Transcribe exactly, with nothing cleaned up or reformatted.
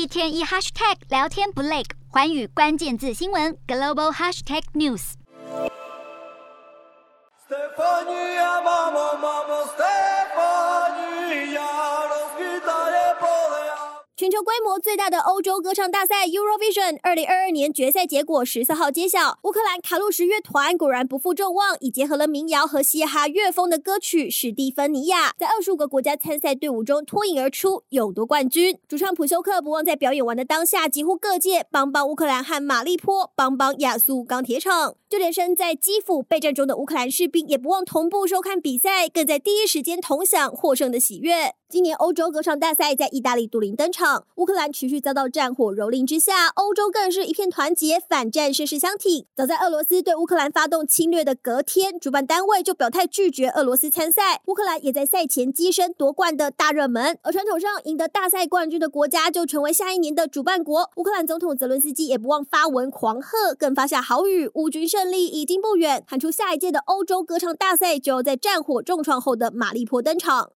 天一 hashtag 聊天不累，寰宇关键字新闻 global hashtag news。 全球规模最大的欧洲歌唱大赛 Eurovision 二零二二年决赛结果十四号揭晓，乌克兰卡路什乐团果然不负众望，以结合了民谣和嘻哈乐风的歌曲史蒂芬尼亚，在二十五个国家参赛队伍中脱颖而出，勇夺冠军。主唱普修克不忘在表演完的当下，几乎各界帮帮乌克兰和马利坡，帮帮亚速钢铁厂，就连身在基辅备战中的乌克兰士兵也不忘同步收看比赛，更在第一时间同享获胜的喜悦。今年欧洲歌唱大赛在意大利都灵登场，乌克兰持续遭到战火蹂躏之下，欧洲更是一片团结，反战声势相挺。早在俄罗斯对乌克兰发动侵略的隔天，主办单位就表态拒绝俄罗斯参赛，乌克兰也在赛前跻身夺冠的大热门。而传统上赢得大赛冠军的国家就成为下一年的主办国，乌克兰总统泽伦斯基也不忘发文狂贺，更发下豪语，乌军胜利已经不远，喊出下一届的欧洲歌唱大赛就要在战火重创后的马利坡登场。